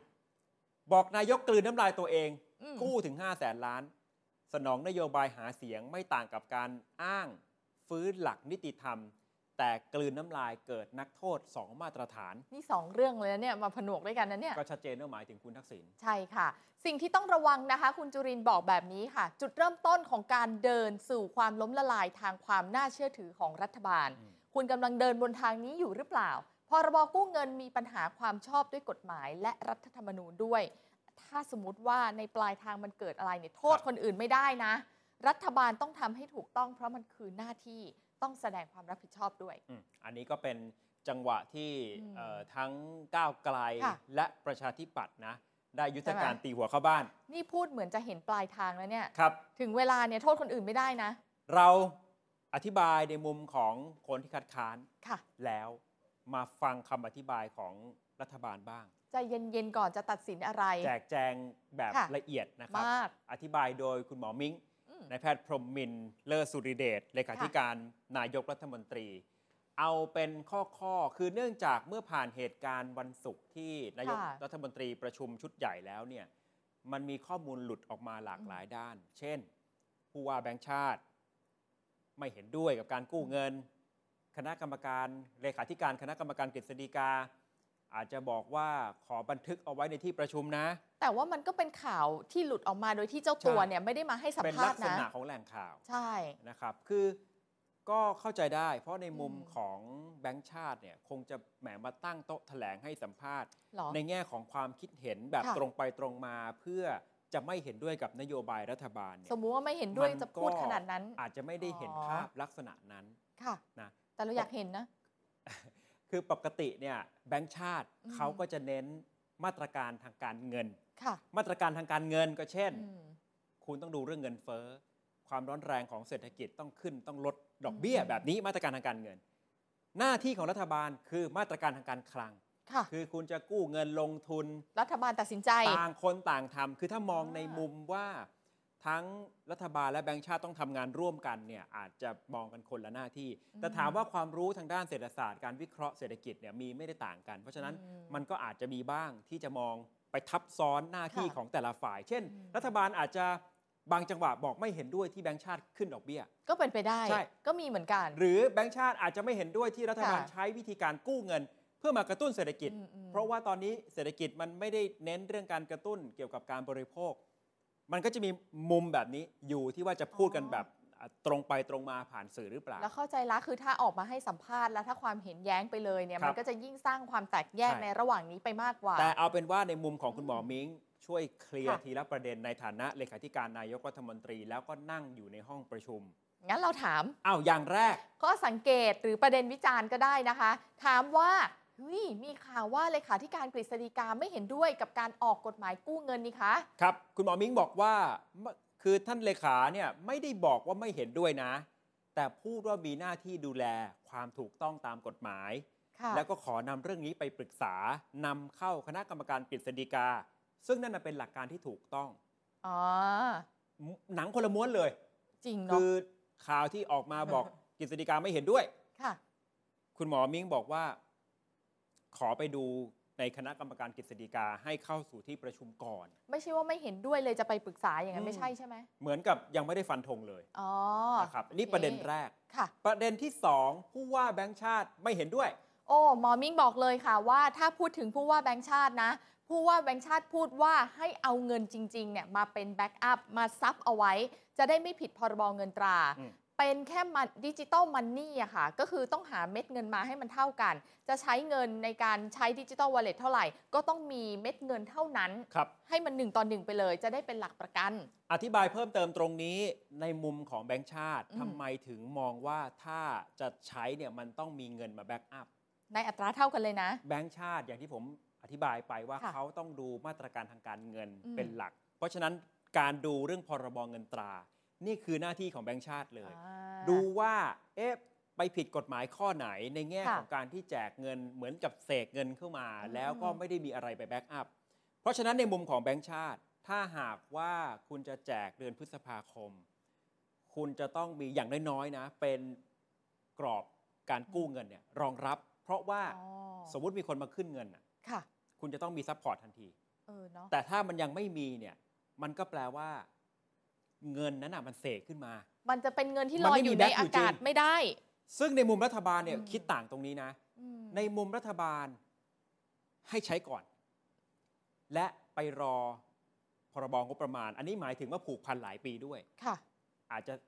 บอกนายกกลืนน้ำลายตัวเองอืมกู้ถึง 500,000 ล้าน สนองนโยบายหาเสียงไม่ต่างกับการอ้างฟื้นหลักนิติธรรม แต่กลืนน้ำลายเกิดนักโทษ 2 มาตรฐานนี่2เรื่องเลยนะเนี่ยมาผนวกด้วยกันนะเนี่ยก็ชัดเจนว่าหมายถึงคุณทักษิณใช่ค่ะ สิ่งที่ต้องระวังนะคะ คุณจุรินทร์บอกแบบนี้ค่ะ จุดเริ่มต้นของการเดินสู่ความล้มละลายทางความน่าเชื่อถือของรัฐบาล คุณกำลังเดินบนทางนี้อยู่หรือเปล่า พรบกู้เงินมีปัญหาความชอบด้วยกฎหมายและรัฐธรรมนูญด้วย ถ้าสมมติว่าในปลายทางมันเกิดอะไรเนี่ยโทษคนอื่นไม่ได้นะ รัฐบาลต้องทำให้ถูกต้องเพราะมันคือหน้าที่ต้องแสดงความรับผิดชอบด้วยอันนี้ก็เป็นจังหวะที่อืมทั้งก้าวไกลค่ะและประชาธิปัตย์นะได้ยุทธการใช่ไหมตีหัวเข้าบ้านนี่พูดเหมือนจะเห็นปลายทางแล้วเนี่ยครับถึงเวลาเนี่ยโทษคนอื่นไม่ได้นะเราอธิบายในมุมของคนที่คัดค้านค่ะแล้วมาฟังคำอธิบายของรัฐบาลบ้างใจเย็นๆก่อนจะตัดสินอะไรแจกแจงแบบค่ะละเอียดนะครับมากอธิบายโดยคุณหมอมิ้งอืมนายแพทย์พรหมมินทร์เลิศสุริเดชเลขาธิการนายกรัฐมนตรี เอาเป็นข้อคือเนื่องจากเมื่อผ่านเหตุการณ์วันศุกร์ที่นายกค่ะรัฐมนตรีประชุมชุดใหญ่แล้วเนี่ยมันมีข้อมูลหลุดออกมาหลากหลายด้าน เช่น ผู้ว่าแบงค์ชาติ ไม่เห็นด้วยกับการกู้เงิน ขคณะกรรมการเลขาธิการคณะกรรมการกฤษฎีกาอาจจะบอกว่าขอบันทึกเอาไว้ในที่ประชุมนะแต่ว่ามันก็เป็นข่าวที่หลุดออกมาโดยที่เจ้าตัวเนี่ยไม่ได้มาให้สัมภาษณ์นะเป็นลักษณะของแหล่งข่าวใช่นะครับคือก็เข้าใจได้เพราะในมุมของแบงก์ชาติเนี่ยคงจะแหมมาตั้งโต๊ะแถลงให้สัมภาษณ์ในแง่ของความคิดเห็นแบบตรงไปตรงมาเพื่อจะไม่เห็นด้วยกับนโยบายรัฐบาลเนี่ยสมมุติว่าไม่เห็นด้วยจะพูดขนาดนั้นอาจจะไม่ได้เห็นภาพลักษณะนั้นค่ะนะแต่เราอยากเห็นนะคือปกติเนี่ยแบงก์ชาติเขาก็จะเน้นมาตรการทางการเงินมาตรการทางการเงินก็เช่นคุณต้องดูเรื่องเงินเฟ้อความร้อนแรงของเศรษฐกิจต้องขึ้นต้องลดดอกเบี้ยแบบนี้มาตรการทางการเงินหน้าที่ของรัฐบาลคือมาตรการทางการคลังคือคุณจะกู้เงินลงทุนรัฐบาลตัดสินใจต่างคนต่างทำคือถ้ามองในมุมว่าทั้งรัฐบาลและแบงก์ชาติต้องทำงานร่วมกันเนี่ยอาจจะมองกันคนละหน้าที่แต่ถามว่าความรู้ทางด้านเศรษฐศาสตร์การวิเคราะห์เศรษฐกิจเนี่ยมีไม่ได้ต่างกันเพราะฉะนั้นมันก็อาจจะมีบ้างที่จะมองไปทับซ้อนหน้าที่ของแต่ละฝ่ายเช่นรัฐบาลอาจจะบางจังหวะบอกไม่เห็นด้วยที่แบงก์ชาติขึ้นดอกเบี้ยก็เป็นไปได้ก็มีเหมือนกันหรือแบงก์ชาติอาจจะไม่เห็นด้วยที่รัฐบาลใช้วิธีการกู้เงินเพื่อมากระตุ้นเศรษฐกิจเพราะว่าตอนนี้เศรษฐกิจมันไม่ได้เน้นเรื่องการกระตุ้นเกี่ยวกับการบริโภคมันก็จะมีมุมแบบนี้อยู่ที่ว่าจะพูดกันแบบตรงไปตรงมาผ่านสื่อหรือเปล่าแล้วเข้าใจละคือถ้าออกมาให้สัมภาษณ์แล้วถ้าความเห็นแย้งไปเลยเนี่ยมันก็จะยิ่งสร้างความแตกแยกในระหว่างนี้ไปมากกว่าแต่เอาเป็นว่าในมุมของคุณหมอมิ้งช่วยเคลียร์ทีละประเด็นในฐานะเลขาธิการนายกรัฐมนตรีแล้วก็นั่งอยู่ในห้องประชุมงั้นเราถามอย่างแรกข้อสังเกตหรือประเด็นวิจารณ์ก็ได้นะคะถามว่ามีข่าวว่าเลขาธิการกฤษฎีกาไม่เห็นด้วยกับการออกกฎหมายกู้เงินนี่คะครับคุณหมอมิ้งบอกว่าคือท่านเลขาเนี่ยไม่ได้บอกว่าไม่เห็นด้วยนะแต่พูดว่ามีหน้าที่ดูแลความถูกต้องตามกฎหมายแล้วก็ขอนำเรื่องนี้ไปปรึกษานำเข้าคณะกรรมการกฤษฎีกาซึ่งนั่นเป็นหลักการที่ถูกต้องหนังคนละม้วนเลยจริงเนาะคือข่าวที่ออกมาบอกกฤษฎีกาไม่เห็นด้วยคุณหมอมิ้งบอกว่าขอไปดูในคณะกรรมการกฤษฎีกาให้เข้าสู่ที่ประชุมก่อนไม่ใช่ว่าไม่เห็นด้วยเลยจะไปปรึกษาอย่างนั้นไม่ใช่ใช่ไหมเหมือนกับยังไม่ได้ฟันธงเลยนะครับนี่ประเด็นแรกประเด็นที่2ผู้ว่าแบงก์ชาติไม่เห็นด้วยหมอมิ้งบอกเลยค่ะว่าถ้าพูดถึงผู้ว่าแบงก์ชาตินะผู้ว่าแบงก์ชาติพูดว่าให้เอาเงินจริงๆเนี่ยมาเป็นแบ็กอัพมาซับเอาไว้จะได้ไม่ผิดพรบเงินตราเป็นแค่ดิจิตอลมันนี่อะค่ะก็คือต้องหาเม็ดเงินมาให้มันเท่ากันจะใช้เงินในการใช้ดิจิตอลวอลเล็ตเท่าไหร่ก็ต้องมีเม็ดเงินเท่านั้นให้มัน1:1ไปเลยจะได้เป็นหลักประกันอธิบายเพิ่มเติมตรงนี้ในมุมของแบงก์ชาติทำไมถึงมองว่าถ้าจะใช้เนี่ยมันต้องมีเงินมาแบ็กอัพในอัตราเท่ากันเลยนะแบงก์ชาติอย่างที่ผมอธิบายไปว่าเขาต้องดูมาตรการทางการเงินเป็นหลักเพราะฉะนั้นการดูเรื่องพรบเงินตรานี่คือหน้าที่ของแบงก์ชาติเลยดูว่าไปผิดกฎหมายข้อไหนในแง่ของการที่แจกเงินเหมือนกับเสกเงินเข้ามาแล้วก็ไม่ได้มีอะไรไปแบ็กอัพเพราะฉะนั้นในมุมของแบงก์ชาติถ้าหากว่าคุณจะแจกเดือนพฤษภาคมคุณจะต้องมีอย่างน้อยๆนะเป็นกรอบการกู้เงินเนี่ยรองรับเพราะว่าสมมุติมีคนมาขึ้นเงินคุณจะต้องมีซัพพอร์ตทันทีแต่ถ้ามันยังไม่มีเนี่ยมันก็แปลว่าเงินนั้นมันเสกขึ้นมามันจะเป็นเงินที่ลอยอยู่ในอากาศไม่ได้ซึ่งในมุมรัฐบาลเนี่ยคิดต่างตรงนี้นะในมุมรัฐบาลให้ใช้ก่อนและไปรอพรบงบประมาณอันนี้หมายถึงว่าผูกพันหลายปีด้วยอาจจะ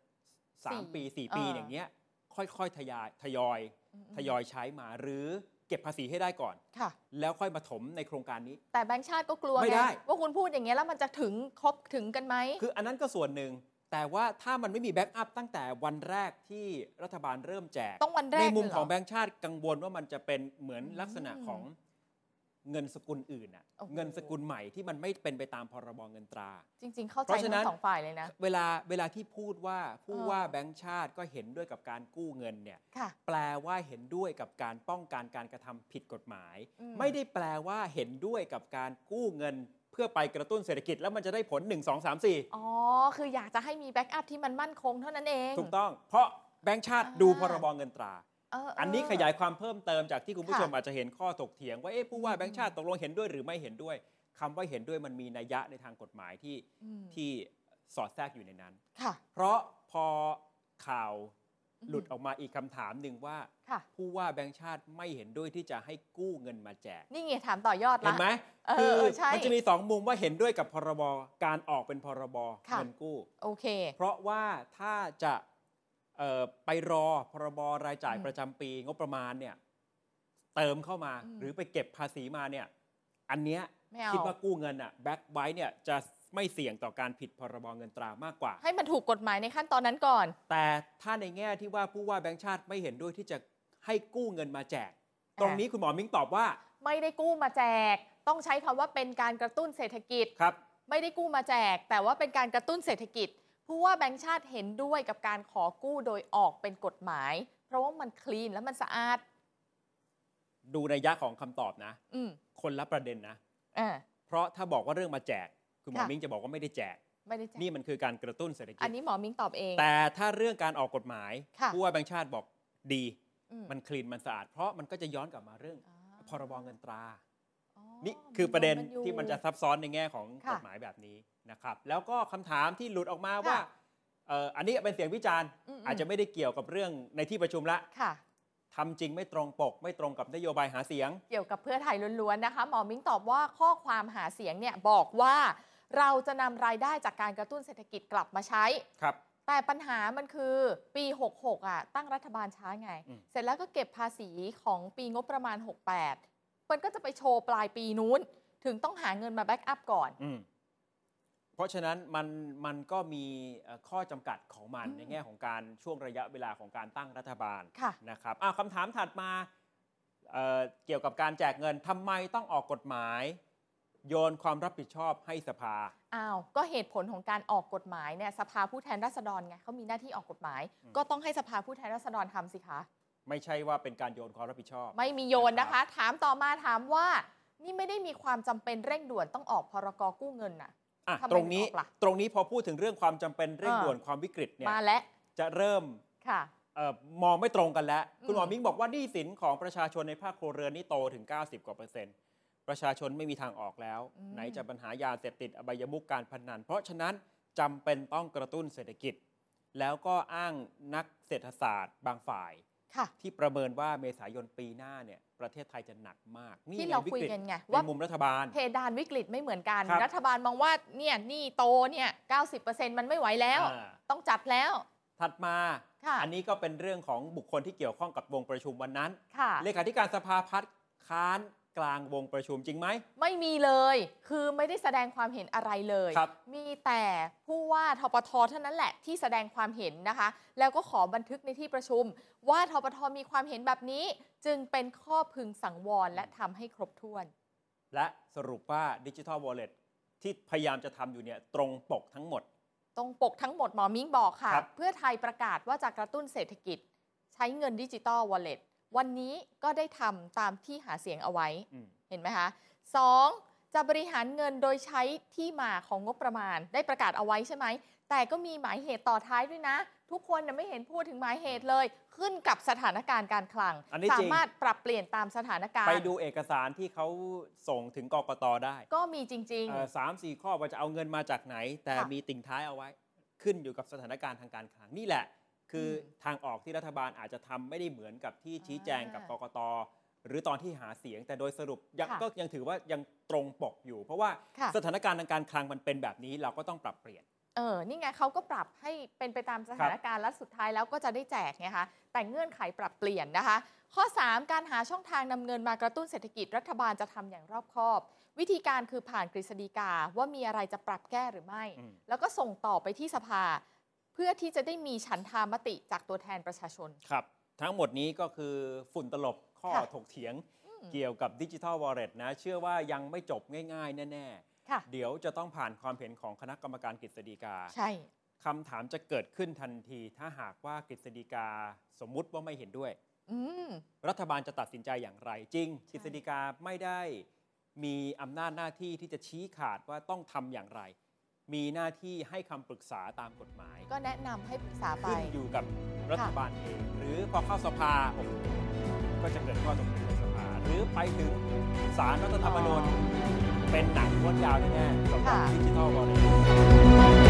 3 ปี4 ปีอย่างเงี้ยค่อยๆทยอยใช้มาหรือเก็บภาษีให้ได้ก่อนแล้วค่อยมาถมในโครงการนี้แต่แบงก์ชาติก็กลัวไงว่าคุณพูดอย่างเงี้ยแล้วมันจะถึงกันไหมคืออันนั้นก็ส่วนหนึ่งแต่ว่าถ้ามันไม่มีแบ็กอัพตั้งแต่วันแรกที่รัฐบาลเริ่มแจกต้องวันแรกในมุมของแบงก์ชาติกังวลว่ามันจะเป็นเหมือนลักษณะของเงินสกุลอื่นเงินสกุลใหม่ที่มันไม่เป็นไปตามพรบเงินตราจริงๆเข้าใจทั้งสองฝ่ายเลยนะเวลาที่พูดว่าผู้ว่าแบงก์ชาติก็เห็นด้วยกับการกู้เงินเนี่ยแปลว่าเห็นด้วยกับการป้องกันการกระทำผิดกฎหมายไม่ได้แปลว่าเห็นด้วยกับการกู้เงินเพื่อไปกระตุ้นเศรษฐกิจแล้วมันจะได้ผล1 2 3 4 คืออยากจะให้มีแบ็กอัพที่มันมั่นคงเท่านั้นเองถูกต้องเพราะแบงก์ชาติดูพรบเงินตราอันนี้ขยายความเพิ่มเติมจากที่คุณผู้ชมอาจจะเห็นข้อถกเถียงว่าผู้ว่าแบงก์ชาติตกลงเห็นด้วยหรือไม่เห็นด้วยคำว่าเห็นด้วยมันมีนัยยะในทางกฎหมายที่สอดแทรกอยู่ในนั้นเพราะพอข่าวหลุดออกมาอีกคำถามหนึ่งว่าค่ะผู้ว่าแบงก์ชาติไม่เห็นด้วยที่จะให้กู้เงินมาแจกนี่ไงถามต่อยอดละเห็นไหมคืคือมันจะมี2มุมว่าเห็นด้วยกับพรบการออกเป็นพรบค่ะเงินกู้โอเคเพราะว่าถ้าจะไปรอพรบรายจ่ายประจำปีงบประมาณเนี่ยเติมเข้ามาหรือไปเก็บภาษีมาเนี่ยอันเนี้ยไม่เอาคิดว่ากู้เงินแบ็คไว้เนี่ยจะไม่เสี่ยงต่อการผิดพรบเงินตรามากกว่าให้มันถูกกฎหมายในขั้นตอนนั้นก่อนแต่ถ้าในแง่ที่ว่าผู้ว่าแบงก์ชาติไม่เห็นด้วยที่จะให้กู้เงินมาแจก ตรงนี้คุณหมอมิ้งตอบว่าไม่ได้กู้มาแจก ต้องใช้คำว่าเป็นการกระตุ้นเศรษฐกิจครับไม่ได้กู้มาแจก แต่ว่าเป็นการกระตุ้นเศรษฐกิจผู้ว่าแบงก์ชาติเห็นด้วยกับการขอกู้โดยออกเป็นกฎหมาย เพราะว่ามันคลีนและมันสะอาดดูนัยยะของคำตอบนะอืมคนละประเด็นนะอ่าเพราะถ้าบอกว่าเรื่องมาแจกคุณหมอค่ะมิ้งจะบอกว่าไม่ได้แจกไม่ได้แจกนี่มันคือการกระตุ้นเศรษฐกิอัจนนี้หมอมิ้งตอบเองแต่ถ้าเรื่องการออกกฎหมายค่ะผู้ว่าแบงก์ชาติบอกดีอืมมันคลีนมันสะอาดเพราะมันก็จะย้อนกลับมาเรื่องอ่าพรบเงินตราอ๋อนี่คือประเด็นอยู่ที่มันจะซับซ้อนในแง่ของค่ะกฎหมายแบบนี้นะครับ แล้วก็คำถามที่หลุดออกมาว่าค่ะอันนี้เป็นเสียงวิจารณ์ อาจจะไม่ได้เกี่ยวกับเรื่องในที่ประชุมละค่ะทำจริงไม่ตรงปก ไม่ตรงกับนโยบายหาเสียงเกี่ยวกับเพื่อไทยล้วนๆนะคะ หมอมิ้งตอบว่าข้อความหาเสียงเนี่ยบอกว่าเราจะนำรายได้จากการกระตุ้นเศรษฐกิจกลับมาใช้ครับแต่ปัญหามันคือปี 66 ตั้งรัฐบาลช้าไงอืมเสร็จแล้วก็เก็บภาษีของปีงบประมาณ 68 มันก็จะไปโชว์ปลายปีนู้น ถึงต้องหาเงินมาแบ็กอัพก่อนเพราะฉะนั้นมันก็มีข้อจำกัดของมันอืมในแง่ของการช่วงระยะเวลาของการตั้งรัฐบาลค่ะนะครับคำถามถัดมาเกี่ยวกับการแจกเงินทำไมต้องออกกฎหมาย โยนความรับผิดชอบให้สภาอ้าว ก็เหตุผลของการออกกฎหมายเนี่ยสภาผู้แทนราษฎรไงเขามีหน้าที่ออกกฎหมาย ก็ต้องให้สภาผู้แทนราษฎรทำสิคะไม่ใช่ว่าเป็นการโยนความรับผิดชอบไม่มีโยนนะคะ ถามต่อมาถามว่า นี่ไม่ได้มีความจำเป็นเร่งด่วนต้องออกพรกกู้เงินน่ะ ทำไมตรงนี้ไม่ออกล่ะตรงนี้พอพูดถึงเรื่องความจำเป็นเร่งด่วนความวิกฤตเนี่ยมาแล้วจะเริ่มค่ะมองไม่ตรงกันแล้ว คุณหมออืมมิ้งบอกว่าหนี้สินของประชาชนในภาคครัวเรือนนี่โตถึง 90 กว่าเปอร์เซ็นต์ประชาชนไม่มีทางออกแล้ว ไหนจะปัญหายาเสพติดอบายมุขการพนันเพราะฉะนั้นจำเป็นต้องกระตุ้นเศรษฐกิจ แล้วก็อ้างนักเศรษฐศาสตร์บางฝ่ายค่ะที่ประเมินว่าเมษายนปีหน้าเนี่ยประเทศไทยจะหนักมากที่เราคุยกันไงในว่ามุมรัฐบาลเพดานวิกฤตไม่เหมือนกันครับรัฐบาลมองว่าเนี่ยหนี้โตเนี่ย 90% มันไม่ไหวแล้วอ่าต้องจัดแล้วถัดมาค่ะอันนี้ก็เป็นเรื่องของบุคคลที่เกี่ยวข้องกับวงประชุมวันนั้นค่ะเลขาธิการสภาพัฒน์ค้านกลางวงประชุมจริงไหมไม่มีเลย คือไม่ได้แสดงความเห็นอะไรเลยครับมีแต่ผู้ว่าทปทเท่านั้นแหละที่แสดงความเห็นนะคะ แล้วก็ขอบันทึกในที่ประชุม ว่าทปทมีความเห็นแบบนี้ จึงเป็นข้อพึงสังวรและทำให้ครบถ้วนและสรุปว่า Digital Wallet ที่พยายามจะทำอยู่เนี่ยตรงปกทั้งหมดตรงปกทั้งหมดหมอมิ้งบอกค่ะครับเพื่อไทยประกาศว่าจะกระตุ้นเศรษฐกิจ ใช้เงินดิจิตอลวอลเล็ตวันนี้ก็ได้ทำตามที่หาเสียงเอาไว้ เห็นไหมคะ 2. จะบริหารเงินโดยใช้ที่มาของงบประมาณ ได้ประกาศเอาไว้ใช่ไหม แต่ก็มีหมายเหตุต่อท้ายด้วยนะ ทุกคนไม่เห็นพูดถึงหมายเหตุเลย ขึ้นกับสถานการณ์การคลังอันนี้จริงสามารถปรับเปลี่ยนตามสถานการณ์ไปดูเอกสารที่เขาส่งถึงกกตได้ก็มีจริง 3-4 ข้อว่าจะเอาเงินมาจากไหน แต่ค่ะมีติ่งท้ายเอาไว้ ขึ้นอยู่กับสถานการณ์ทางการคลังนี่แหละ คือทางออกที่รัฐบาลอาจจะทำไม่ได้เหมือนกับที่ชี้แจงกับกกต หรือตอนที่หาเสียงแต่โดยสรุปก็ยังถือว่ายังตรงปกอยู่ เพราะว่าค่ะสถานการณ์ทางการคลังมันเป็นแบบนี้เราก็ต้องปรับเปลี่ยนนี่ไงเขาก็ปรับให้เป็นไปตามสถานการณ์และสุดท้ายแล้วก็จะได้แจกไงคะแต่เงื่อนไขปรับเปลี่ยนนะคะ ข้อ 3 การหาช่องทางนำเงินมากระตุ้นเศรษฐกิจรัฐบาลจะทำอย่างรอบคอบ วิธีการคือผ่านกฤษฎีกาว่ามีอะไรจะปรับแก้หรือไม่ แล้วก็ส่งต่อไปที่สภา เพื่อที่จะได้มีฉันทามติจากตัวแทนประชาชนครับ ทั้งหมดนี้ก็คือฝุ่นตลบข้อค่ะถกเถียงเกี่ยวกับ Digital Wallet นะ เชื่อว่ายังไม่จบง่ายๆ แน่ค่ะๆ เดี๋ยวจะต้องผ่านความเห็นของคณะกรรมการกฤษฎีกาใช่คำถามจะเกิดขึ้นทันที ถ้าหากว่ากฤษฎีกาสมมุติว่าไม่เห็นด้วยอืมรัฐบาลจะตัดสินใจอย่างไร จริงกฤษฎีกาไม่ได้มีอำนาจหน้าที่ที่จะชี้ขาดว่าต้องทำอย่างไร มีหน้าที่ให้คำปรึกษาตามกฎหมายก็แนะนำให้ปรึกษาไปขึ้นอยู่กับรัฐบาลเอง หรือพอเข้าสภาโอ้โหก็จะเกิดข้อตกลงในสภา หรือไปถึงศาลรัฐธรรมนูญเป็นหนังม้วนยาวแน่ๆสำหรับค่ะ Digital Wallet